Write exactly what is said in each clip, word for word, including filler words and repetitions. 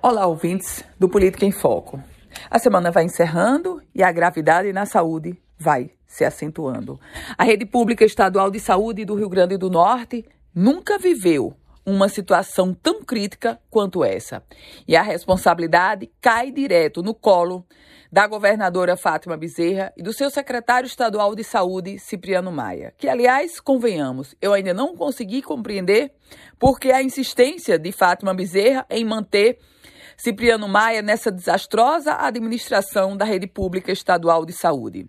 Olá, ouvintes do Política em Foco. A semana vai encerrando e a gravidade na saúde vai se acentuando. A rede pública estadual de saúde do Rio Grande do Norte nunca viveu uma situação tão crítica quanto essa. E a responsabilidade cai direto no colo da governadora Fátima Bezerra e do seu secretário estadual de saúde, Cipriano Maia, que, aliás, convenhamos, eu ainda não consegui compreender porque a insistência de Fátima Bezerra em manter Cipriano Maia nessa desastrosa administração da rede pública estadual de saúde.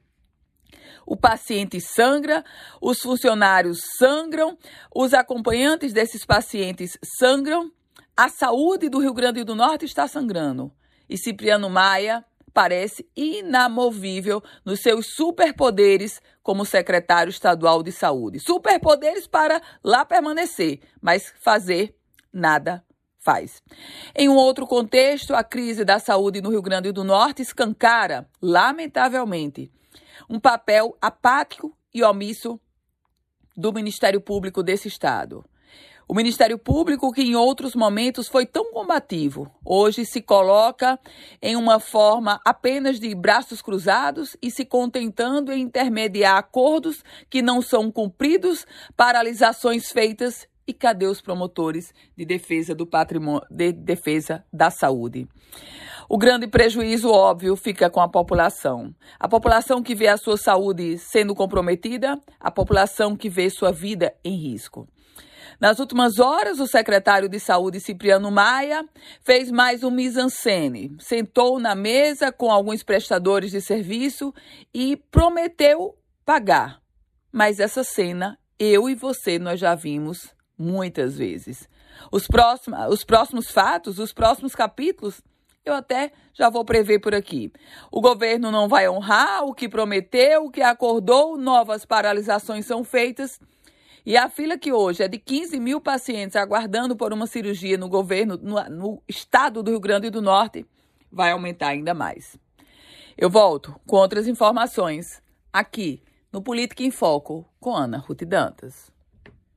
O paciente sangra, os funcionários sangram, os acompanhantes desses pacientes sangram, a saúde do Rio Grande do Norte está sangrando. E Cipriano Maia parece inamovível nos seus superpoderes como secretário estadual de saúde. Superpoderes para lá permanecer, mas fazer nada faz. Em um outro contexto, a crise da saúde no Rio Grande do Norte escancara, lamentavelmente, um papel apático e omisso do Ministério Público desse estado. O Ministério Público, que em outros momentos foi tão combativo, hoje se coloca em uma forma apenas de braços cruzados e se contentando em intermediar acordos que não são cumpridos, paralisações feitas. E cadê os promotores de defesa do patrimônio, de defesa da saúde? O grande prejuízo, óbvio, fica com a população. A população que vê a sua saúde sendo comprometida, a população que vê sua vida em risco. Nas últimas horas, o secretário de Saúde, Cipriano Maia, fez mais um mise-en-scène. Sentou na mesa com alguns prestadores de serviço e prometeu pagar. Mas essa cena, eu e você, nós já vimos muitas vezes. Os próximos, os próximos fatos, os próximos capítulos, eu até já vou prever por aqui. O governo não vai honrar o que prometeu, o que acordou, novas paralisações são feitas. E a fila que hoje é de quinze mil pacientes aguardando por uma cirurgia no governo, no, no estado do Rio Grande do Norte, vai aumentar ainda mais. Eu volto com outras informações aqui no Política em Foco com Ana Ruth Dantas.